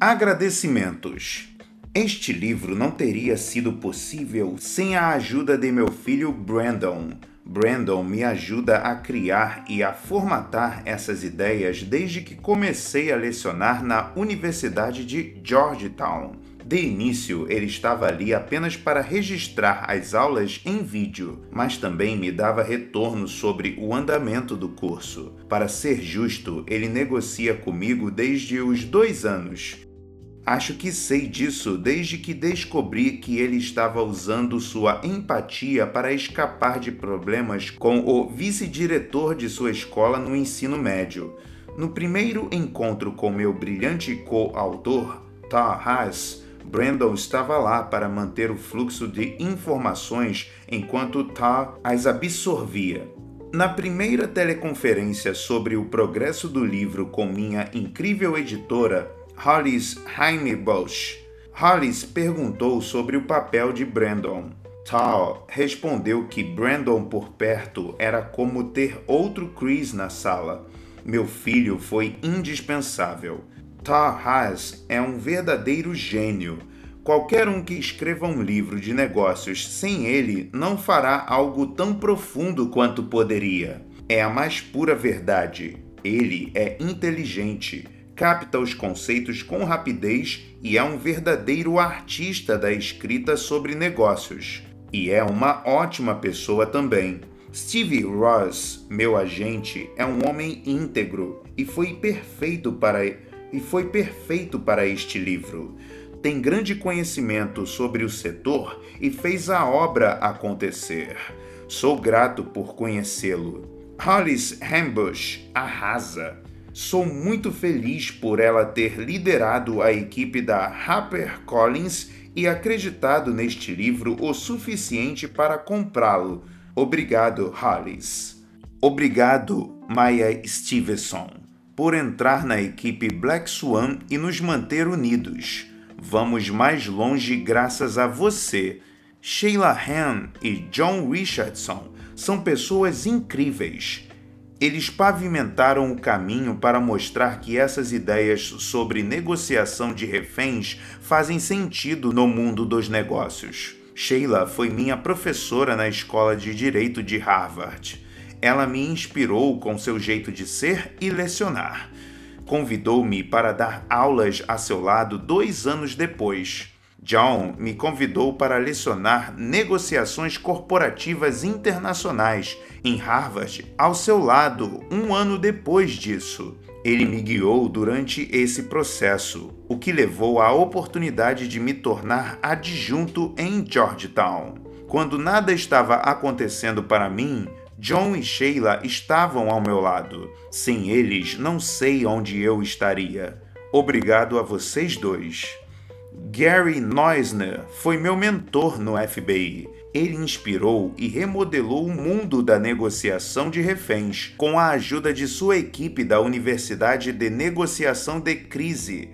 Agradecimentos. Este livro não teria sido possível sem a ajuda de meu filho Brandon. Brandon me ajuda a criar e a formatar essas ideias desde que comecei a lecionar na Universidade de Georgetown. De início, ele estava ali apenas para registrar as aulas em vídeo, mas também me dava retorno sobre o andamento do curso. Para ser justo, ele negocia comigo desde os 2 anos. Acho que sei disso desde que descobri que ele estava usando sua empatia para escapar de problemas com o vice-diretor de sua escola no ensino médio. No primeiro encontro com meu brilhante co-autor, Todd Haas, Brandon estava lá para manter o fluxo de informações enquanto Todd as absorvia. Na primeira teleconferência sobre o progresso do livro com minha incrível editora, Hollis Heinebusch, Hollis perguntou sobre o papel de Brandon. Todd respondeu que Brandon por perto era como ter outro Chris na sala. Meu filho foi indispensável. Todd Haas é um verdadeiro gênio. Qualquer um que escreva um livro de negócios sem ele não fará algo tão profundo quanto poderia. É a mais pura verdade. Ele é inteligente, capta os conceitos com rapidez e é um verdadeiro artista da escrita sobre negócios. E é uma ótima pessoa também. Steve Ross, meu agente, é um homem íntegro e foi perfeito para este livro. Tem grande conhecimento sobre o setor e fez a obra acontecer. Sou grato por conhecê-lo. Hollis Heinebusch arrasa. Sou muito feliz por ela ter liderado a equipe da HarperCollins e acreditado neste livro o suficiente para comprá-lo. Obrigado, Hollis. Obrigado, Maya Stevenson, por entrar na equipe Black Swan e nos manter unidos. Vamos mais longe graças a você. Sheila Han e John Richardson são pessoas incríveis. Eles pavimentaram o caminho para mostrar que essas ideias sobre negociação de reféns fazem sentido no mundo dos negócios. Sheila foi minha professora na escola de Direito de Harvard. Ela me inspirou com seu jeito de ser e lecionar. Convidou-me para dar aulas a seu lado 2 anos depois. John me convidou para lecionar negociações corporativas internacionais em Harvard ao seu lado 1 ano depois disso. Ele me guiou durante esse processo, o que levou à oportunidade de me tornar adjunto em Georgetown. Quando nada estava acontecendo para mim, John e Sheila estavam ao meu lado. Sem eles, não sei onde eu estaria. Obrigado a vocês dois. Gary Noisner foi meu mentor no FBI. Ele inspirou e remodelou o mundo da negociação de reféns com a ajuda de sua equipe da Universidade de Negociação de Crise,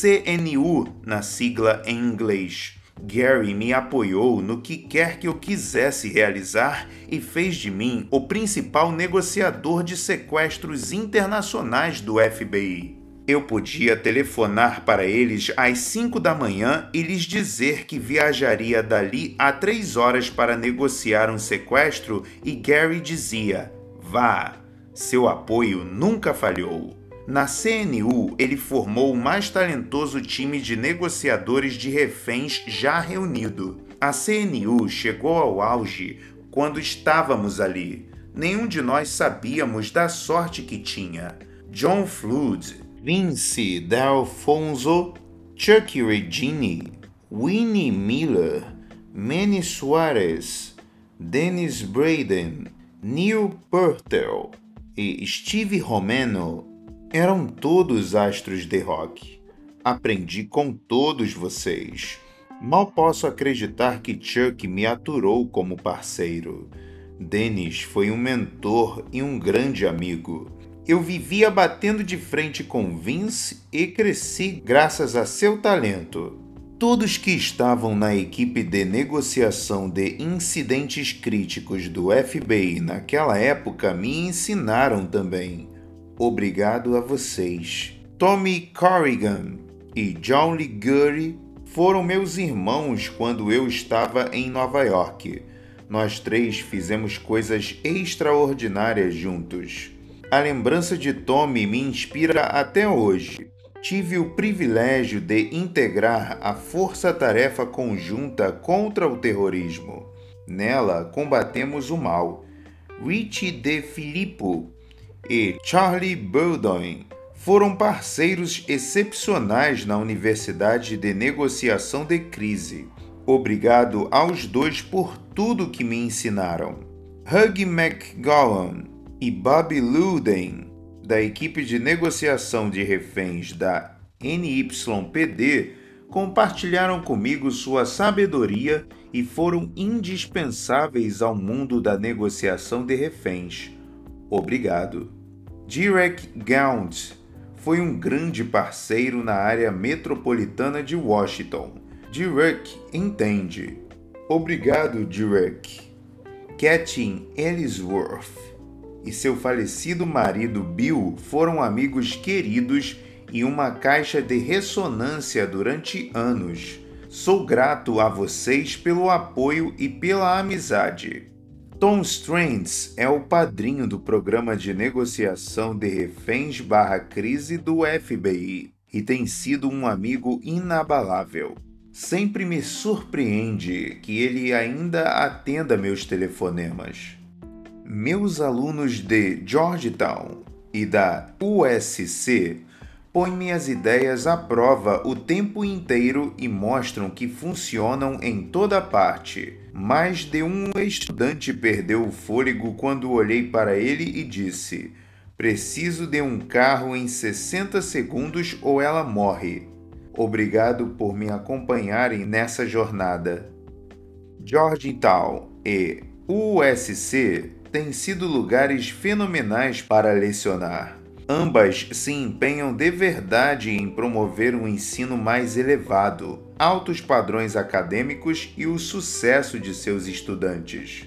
CNU, na sigla em inglês. Gary me apoiou no que quer que eu quisesse realizar e fez de mim o principal negociador de sequestros internacionais do FBI. Eu podia telefonar para eles às 5 da manhã e lhes dizer que viajaria dali a 3 horas para negociar um sequestro e Gary dizia, vá. Seu apoio nunca falhou. Na CNU, ele formou o mais talentoso time de negociadores de reféns já reunido. A CNU chegou ao auge quando estávamos ali. Nenhum de nós sabíamos da sorte que tinha. John Flood, Vince D'Alfonso, Chuck Regini, Winnie Miller, Manny Suarez, Dennis Braden, Neil Purtell e Steve Romano eram todos astros de rock. Aprendi com todos vocês. Mal posso acreditar que Chuck me aturou como parceiro. Dennis foi um mentor e um grande amigo. Eu vivia batendo de frente com Vince e cresci graças a seu talento. Todos que estavam na equipe de negociação de incidentes críticos do FBI naquela época me ensinaram também. Obrigado a vocês. Tommy Corrigan, e John Liguri foram meus irmãos quando eu estava em Nova York. Nós três fizemos coisas extraordinárias juntos. A lembrança de Tommy me inspira até hoje. Tive o privilégio de integrar a força-tarefa conjunta contra o terrorismo. Nela, combatemos o mal. Richie De Filippo e Charlie Bowdoin foram parceiros excepcionais na Universidade de Negociação de Crise. Obrigado aos dois por tudo que me ensinaram. Hugh McGowan e Bobby Luden, da equipe de negociação de reféns da NYPD, compartilharam comigo sua sabedoria e foram indispensáveis ao mundo da negociação de reféns. Obrigado. Derek Gaunt foi um grande parceiro na área metropolitana de Washington. Derek entende. Obrigado, Derek. Kathleen Ellsworth e seu falecido marido Bill foram amigos queridos e uma caixa de ressonância durante anos. Sou grato a vocês pelo apoio e pela amizade. Tom Strands é o padrinho do programa de negociação de reféns/crise do FBI e tem sido um amigo inabalável. Sempre me surpreende que ele ainda atenda meus telefonemas. Meus alunos de Georgetown e da USC põem minhas ideias à prova o tempo inteiro e mostram que funcionam em toda parte. Mais de um estudante perdeu o fôlego quando olhei para ele e disse: "Preciso de um carro em 60 segundos ou ela morre. Obrigado por me acompanharem nessa jornada." Georgetown e USC têm sido lugares fenomenais para lecionar. Ambas se empenham de verdade em promover um ensino mais elevado, altos padrões acadêmicos e o sucesso de seus estudantes.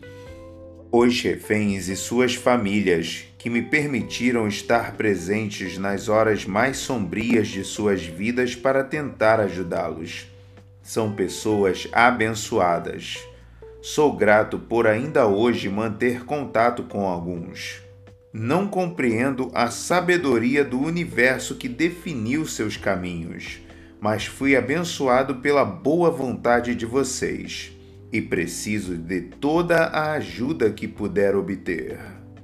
Os reféns e suas famílias, que me permitiram estar presentes nas horas mais sombrias de suas vidas para tentar ajudá-los. São pessoas abençoadas. Sou grato por ainda hoje manter contato com alguns. Não compreendo a sabedoria do universo que definiu seus caminhos, mas fui abençoado pela boa vontade de vocês e preciso de toda a ajuda que puder obter.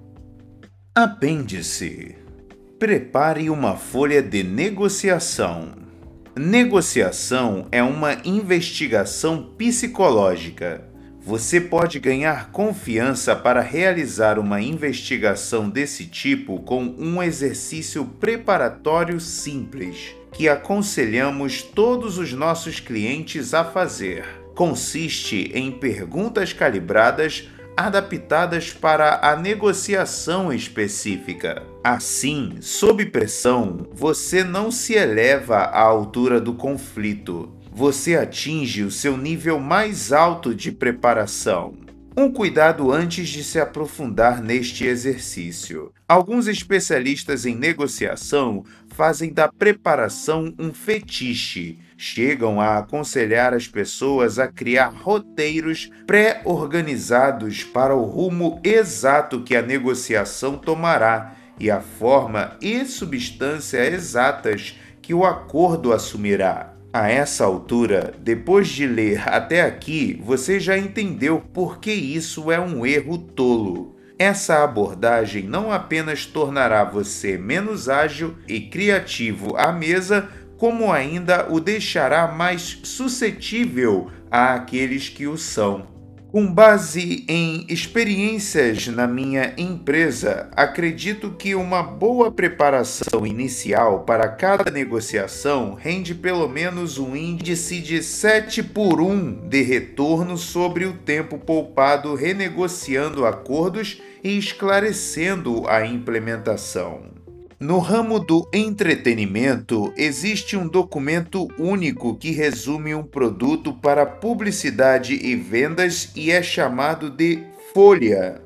Apêndice. Prepare uma folha de negociação. Negociação é uma investigação psicológica. Você pode ganhar confiança para realizar uma investigação desse tipo com um exercício preparatório simples, que aconselhamos todos os nossos clientes a fazer. Consiste em perguntas calibradas adaptadas para a negociação específica. Assim, sob pressão, você não se eleva à altura do conflito. Você atinge o seu nível mais alto de preparação. Um cuidado antes de se aprofundar neste exercício. Alguns especialistas em negociação fazem da preparação um fetiche. Chegam a aconselhar as pessoas a criar roteiros pré-organizados para o rumo exato que a negociação tomará e a forma e substância exatas que o acordo assumirá. A essa altura, depois de ler até aqui, você já entendeu por que isso é um erro tolo. Essa abordagem não apenas tornará você menos ágil e criativo à mesa, como ainda o deixará mais suscetível àqueles que o são. Com base em experiências na minha empresa, acredito que uma boa preparação inicial para cada negociação rende pelo menos um índice de 7/1 de retorno sobre o tempo poupado renegociando acordos e esclarecendo a implementação. No ramo do entretenimento, existe um documento único que resume um produto para publicidade e vendas e é chamado de folha.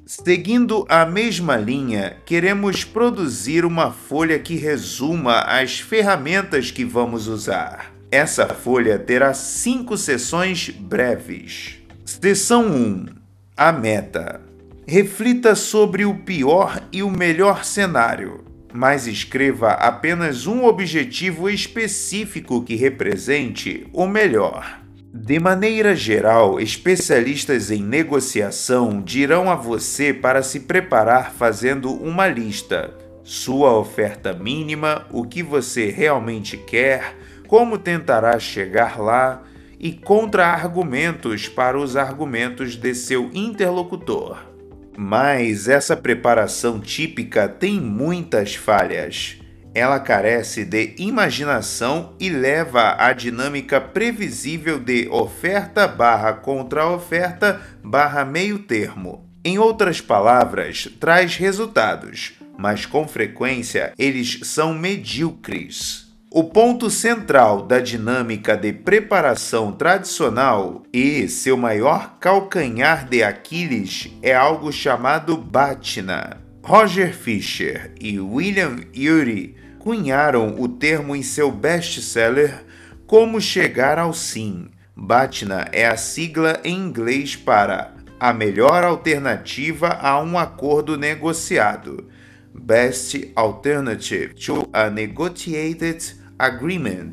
Seguindo a mesma linha, queremos produzir uma folha que resuma as ferramentas que vamos usar. Essa folha terá 5 seções breves. Seção 1. A meta. Reflita sobre o pior e o melhor cenário, mas escreva apenas um objetivo específico que represente o melhor. De maneira geral, especialistas em negociação dirão a você para se preparar fazendo uma lista: sua oferta mínima, o que você realmente quer, como tentará chegar lá e contra-argumentos para os argumentos de seu interlocutor. Mas essa preparação típica tem muitas falhas. Ela carece de imaginação e leva à dinâmica previsível de oferta barra contra-oferta barra meio termo. Em outras palavras, traz resultados, mas com frequência eles são medíocres. O ponto central da dinâmica de preparação tradicional e seu maior calcanhar de Aquiles é algo chamado BATNA. Roger Fisher e William Ury cunharam o termo em seu best-seller Como Chegar ao Sim. BATNA é a sigla em inglês para a melhor alternativa a um acordo negociado. Best Alternative to a Negotiated Agreement.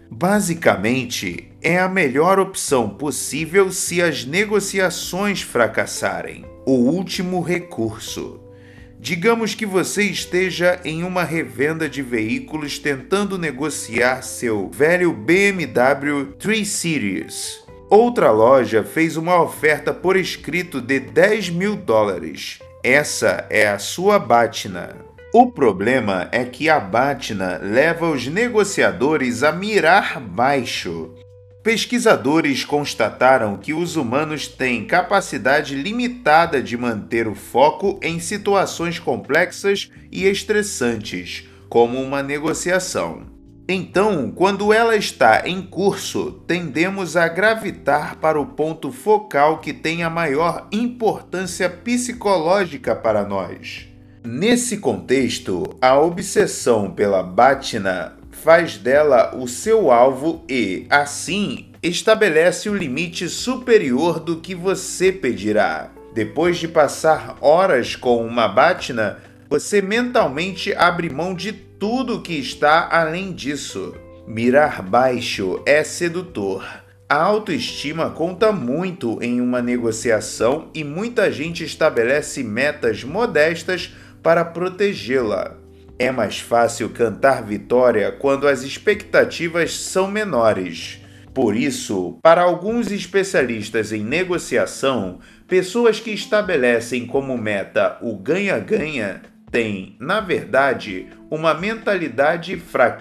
Basicamente, é a melhor opção possível se as negociações fracassarem. O último recurso. Digamos que você esteja em uma revenda de veículos tentando negociar seu velho BMW 3 Series. Outra loja fez uma oferta por escrito de $10.000. Essa é a sua BATNA. O problema é que a BATNA leva os negociadores a mirar baixo. Pesquisadores constataram que os humanos têm capacidade limitada de manter o foco em situações complexas e estressantes, como uma negociação. Então, quando ela está em curso, tendemos a gravitar para o ponto focal que tem a maior importância psicológica para nós. Nesse contexto, a obsessão pela BATNA faz dela o seu alvo e, assim, estabelece o limite superior do que você pedirá. Depois de passar horas com uma BATNA, você mentalmente abre mão de tudo que está além disso. Mirar baixo é sedutor. A autoestima conta muito em uma negociação e muita gente estabelece metas modestas para protegê-la. É mais fácil cantar vitória quando as expectativas são menores. Por isso, para alguns especialistas em negociação, pessoas que estabelecem como meta o ganha-ganha têm, na verdade, uma mentalidade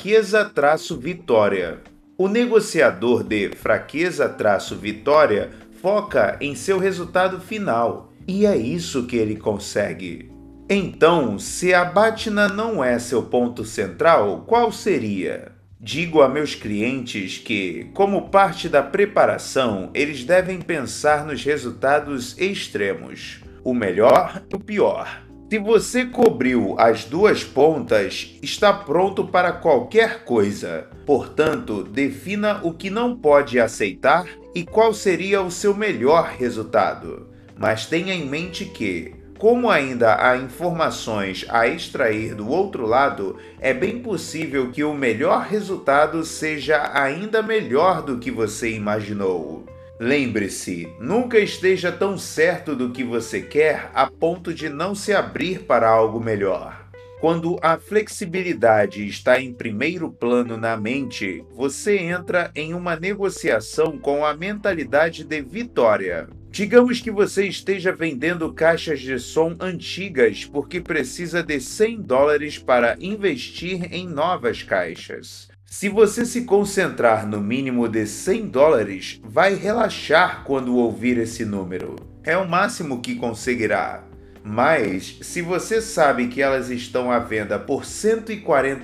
fraqueza-vitória. O negociador de fraqueza-vitória foca em seu resultado final, e é isso que ele consegue. Então, se a BATNA não é seu ponto central, qual seria? Digo a meus clientes que, como parte da preparação, eles devem pensar nos resultados extremos, o melhor e o pior. Se você cobriu as duas pontas, está pronto para qualquer coisa. Portanto, defina o que não pode aceitar e qual seria o seu melhor resultado. Mas tenha em mente que, como ainda há informações a extrair do outro lado, é bem possível que o melhor resultado seja ainda melhor do que você imaginou. Lembre-se, nunca esteja tão certo do que você quer a ponto de não se abrir para algo melhor. Quando a flexibilidade está em primeiro plano na mente, você entra em uma negociação com a mentalidade de vitória. Digamos que você esteja vendendo caixas de som antigas porque precisa de $100 para investir em novas caixas. Se você se concentrar no mínimo de $100, vai relaxar quando ouvir esse número. É o máximo que conseguirá. Mas, se você sabe que elas estão à venda por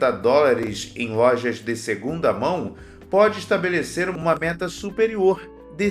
$140 em lojas de segunda mão, pode estabelecer uma meta superior. de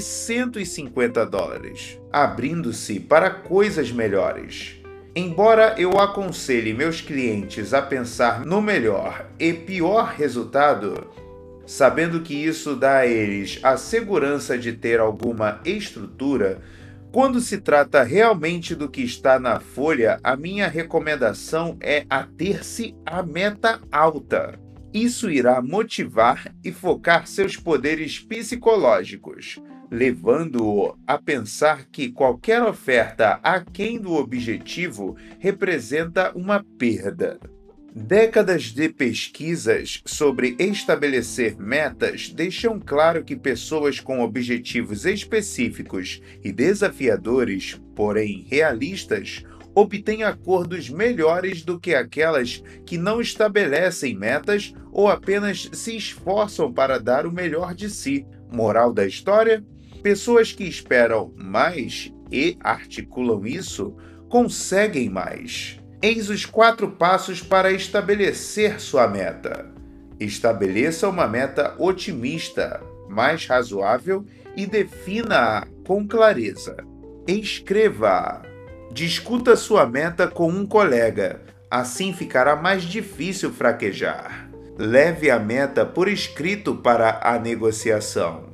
$150, abrindo-se para coisas melhores. Embora eu aconselhe meus clientes a pensar no melhor e pior resultado, sabendo que isso dá a eles a segurança de ter alguma estrutura, quando se trata realmente do que está na folha, a minha recomendação é ater-se à meta alta. Isso irá motivar e focar seus poderes psicológicos, levando-o a pensar que qualquer oferta aquém do objetivo representa uma perda. Décadas de pesquisas sobre estabelecer metas deixam claro que pessoas com objetivos específicos e desafiadores, porém realistas, obtêm acordos melhores do que aquelas que não estabelecem metas ou apenas se esforçam para dar o melhor de si. Moral da história? Pessoas que esperam mais e articulam isso conseguem mais. Eis os 4 passos para estabelecer sua meta. Estabeleça uma meta otimista, mais razoável e defina-a com clareza. Escreva-a. Discuta sua meta com um colega, assim ficará mais difícil fraquejar. Leve a meta por escrito para a negociação.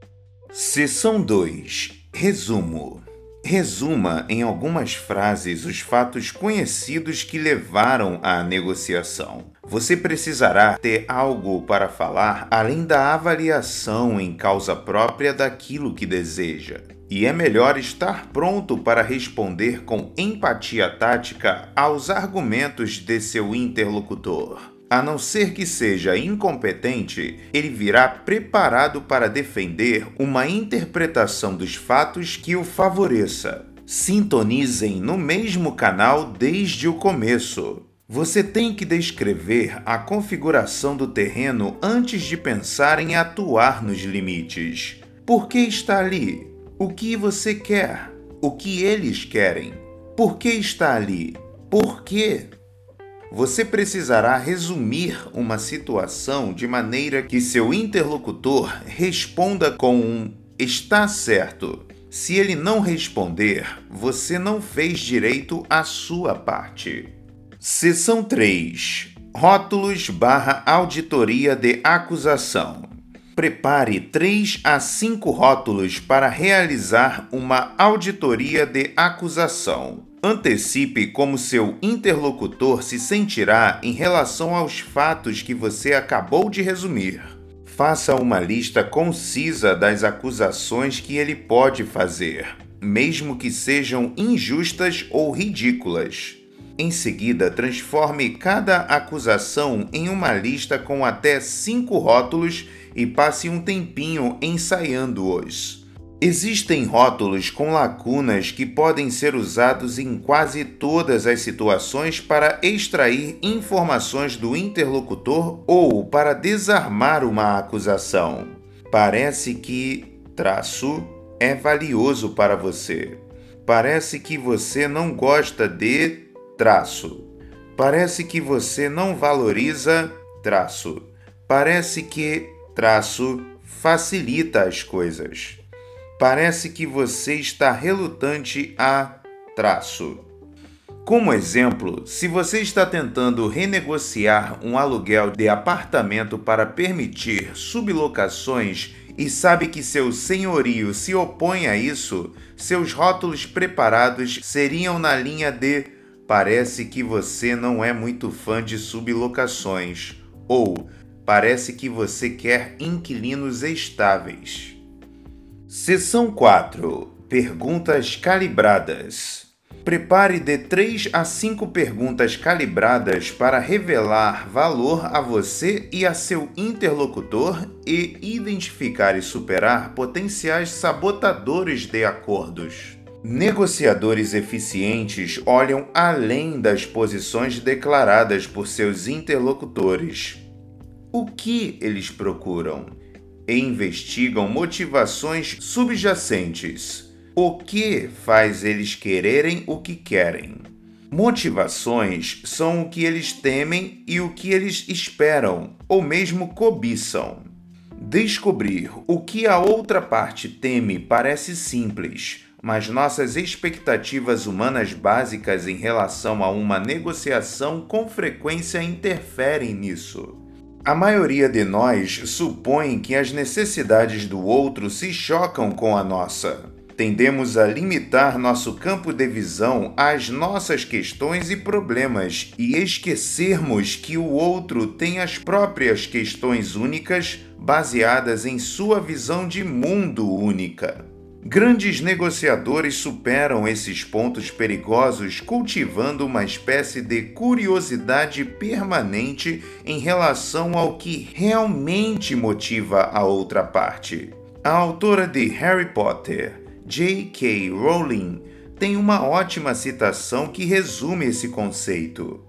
Seção 2. Resumo. Resuma em algumas frases os fatos conhecidos que levaram à negociação. Você precisará ter algo para falar além da avaliação em causa própria daquilo que deseja. E é melhor estar pronto para responder com empatia tática aos argumentos de seu interlocutor. A não ser que seja incompetente, ele virá preparado para defender uma interpretação dos fatos que o favoreça. Sintonizem no mesmo canal desde o começo. Você tem que descrever a configuração do terreno antes de pensar em atuar nos limites. Por que está ali? O que você quer? O que eles querem? Por que está ali? Por quê? Você precisará resumir uma situação de maneira que seu interlocutor responda com um "está certo". Se ele não responder, você não fez direito à sua parte. Seção 3. Rótulos/auditoria de acusação. Prepare 3 a 5 rótulos para realizar uma auditoria de acusação. Antecipe como seu interlocutor se sentirá em relação aos fatos que você acabou de resumir. Faça uma lista concisa das acusações que ele pode fazer, mesmo que sejam injustas ou ridículas. Em seguida, transforme cada acusação em uma lista com até 5 rótulos e passe um tempinho ensaiando-os. Existem rótulos com lacunas que podem ser usados em quase todas as situações para extrair informações do interlocutor ou para desarmar uma acusação. Parece que é valioso para você. Parece que você não gosta de Parece que você não valoriza Parece que facilita as coisas. Parece que você está relutante a Como exemplo, se você está tentando renegociar um aluguel de apartamento para permitir sublocações e sabe que seu senhorio se opõe a isso, seus rótulos preparados seriam na linha de "parece que você não é muito fã de sublocações" ou "parece que você quer inquilinos estáveis". Seção 4. Perguntas calibradas. Prepare de 3 a 5 perguntas calibradas para revelar valor a você e a seu interlocutor e identificar e superar potenciais sabotadores de acordos. Negociadores eficientes olham além das posições declaradas por seus interlocutores. O que eles procuram? E investigam motivações subjacentes. O que faz eles quererem o que querem? Motivações são o que eles temem e o que eles esperam, ou mesmo cobiçam. Descobrir o que a outra parte teme parece simples, mas nossas expectativas humanas básicas em relação a uma negociação com frequência interferem nisso. A maioria de nós supõe que as necessidades do outro se chocam com a nossa. Tendemos a limitar nosso campo de visão às nossas questões e problemas e esquecermos que o outro tem as próprias questões únicas baseadas em sua visão de mundo única. Grandes negociadores superam esses pontos perigosos cultivando uma espécie de curiosidade permanente em relação ao que realmente motiva a outra parte. A autora de Harry Potter, J.K. Rowling, tem uma ótima citação que resume esse conceito.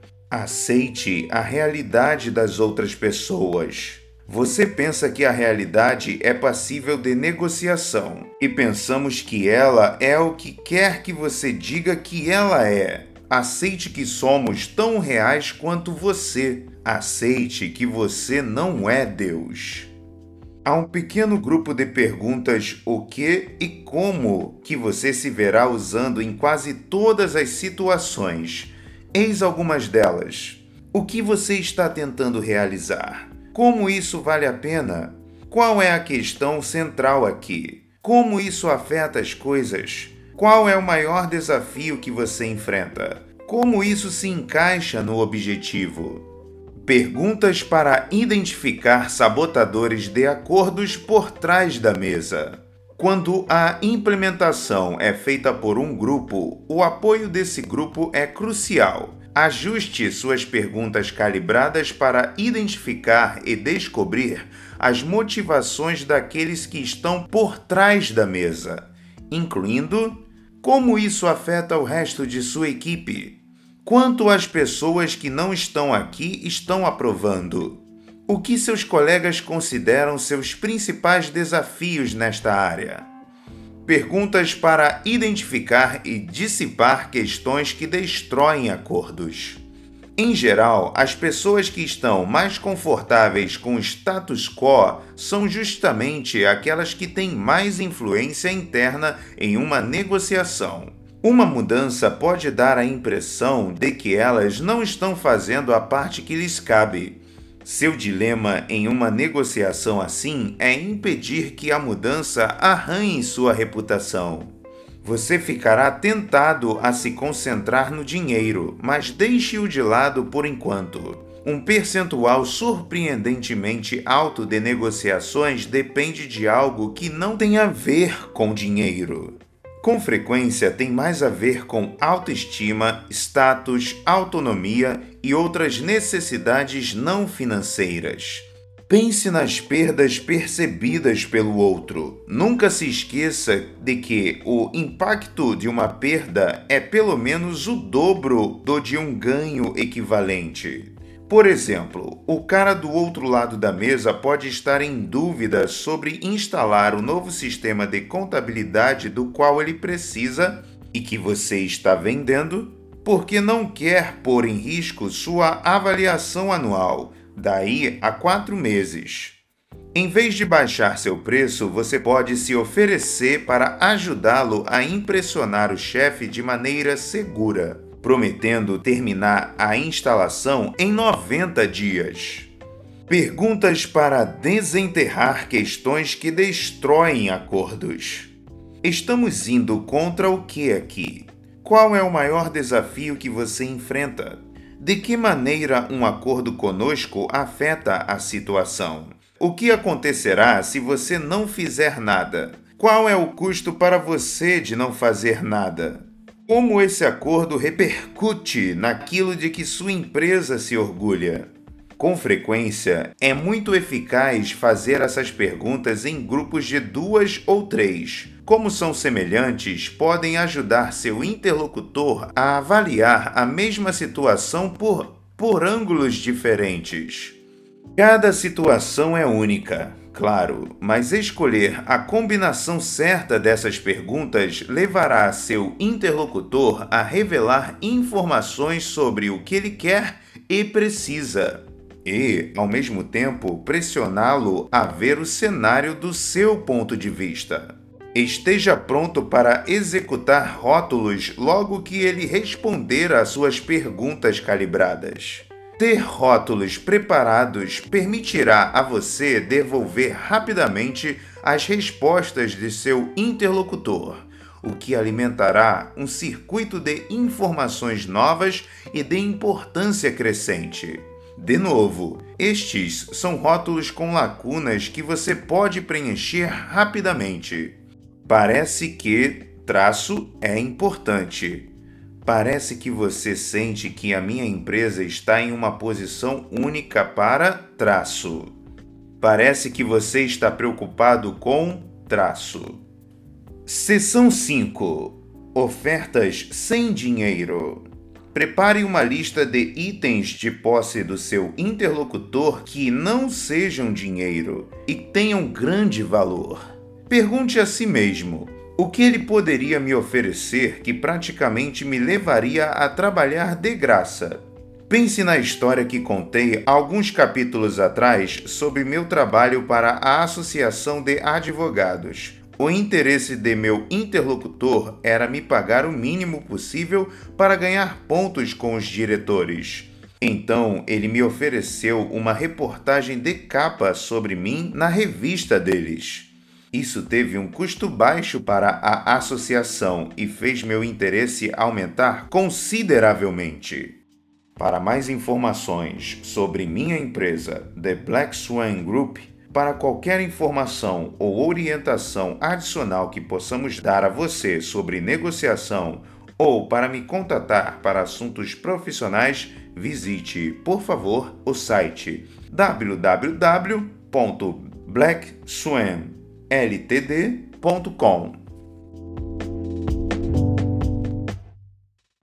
Aceite a realidade das outras pessoas. Você pensa que a realidade é passível de negociação e pensamos que ela é o que quer que você diga que ela é. Aceite que somos tão reais quanto você. Aceite que você não é Deus. Há um pequeno grupo de perguntas o que e como que você se verá usando em quase todas as situações. Eis algumas delas. O que você está tentando realizar? Como isso vale a pena? Qual é a questão central aqui? Como isso afeta as coisas? Qual é o maior desafio que você enfrenta? Como isso se encaixa no objetivo? Perguntas para identificar sabotadores de acordos por trás da mesa. Quando a implementação é feita por um grupo, o apoio desse grupo é crucial. Ajuste suas perguntas calibradas para identificar e descobrir as motivações daqueles que estão por trás da mesa, incluindo como isso afeta o resto de sua equipe. Quanto as pessoas que não estão aqui estão aprovando? O que seus colegas consideram seus principais desafios nesta área? Perguntas para identificar e dissipar questões que destroem acordos. Em geral, as pessoas que estão mais confortáveis com o status quo são justamente aquelas que têm mais influência interna em uma negociação. Uma mudança pode dar a impressão de que elas não estão fazendo a parte que lhes cabe. Seu dilema em uma negociação assim é impedir que a mudança arranhe sua reputação. Você ficará tentado a se concentrar no dinheiro, mas deixe-o de lado por enquanto. Um percentual surpreendentemente alto de negociações depende de algo que não tem a ver com dinheiro. Com frequência tem mais a ver com autoestima, status, autonomia e outras necessidades não financeiras. Pense nas perdas percebidas pelo outro. Nunca se esqueça de que o impacto de uma perda é pelo menos o dobro do de um ganho equivalente. Por exemplo, o cara do outro lado da mesa pode estar em dúvida sobre instalar o novo sistema de contabilidade do qual ele precisa e que você está vendendo, porque não quer pôr em risco sua avaliação anual, daí a 4 meses. Em vez de baixar seu preço, você pode se oferecer para ajudá-lo a impressionar o chefe de maneira segura, prometendo terminar a instalação em 90 dias. Perguntas para desenterrar questões que destroem acordos. Estamos indo contra o que aqui? Qual é o maior desafio que você enfrenta? De que maneira um acordo conosco afeta a situação? O que acontecerá se você não fizer nada? Qual é o custo para você de não fazer nada? Como esse acordo repercute naquilo de que sua empresa se orgulha? Com frequência, é muito eficaz fazer essas perguntas em grupos de 2 ou 3. Como são semelhantes, podem ajudar seu interlocutor a avaliar a mesma situação por ângulos diferentes. Cada situação é única, claro, mas escolher a combinação certa dessas perguntas levará seu interlocutor a revelar informações sobre o que ele quer e precisa. e, ao mesmo tempo, pressioná-lo a ver o cenário do seu ponto de vista. Esteja pronto para executar rótulos logo que ele responder às suas perguntas calibradas. Ter rótulos preparados permitirá a você devolver rapidamente as respostas de seu interlocutor, o que alimentará um circuito de informações novas e de importância crescente. De novo, estes são rótulos com lacunas que você pode preencher rapidamente. Parece que traço é importante. Parece que você sente que a minha empresa está em uma posição única para traço. Parece que você está preocupado com traço. Seção 5. Ofertas sem dinheiro. Prepare uma lista de itens de posse do seu interlocutor que não sejam dinheiro e tenham grande valor. Pergunte a si mesmo: o que ele poderia me oferecer que praticamente me levaria a trabalhar de graça? Pense na história que contei alguns capítulos atrás sobre meu trabalho para a Associação de Advogados. O interesse de meu interlocutor era me pagar o mínimo possível para ganhar pontos com os diretores. Então, ele me ofereceu uma reportagem de capa sobre mim na revista deles. Isso teve um custo baixo para a associação e fez meu interesse aumentar consideravelmente. Para mais informações sobre minha empresa, The Black Swan Group, para qualquer informação ou orientação adicional que possamos dar a você sobre negociação ou para me contatar para assuntos profissionais, visite, por favor, o site www.blackswanltd.com.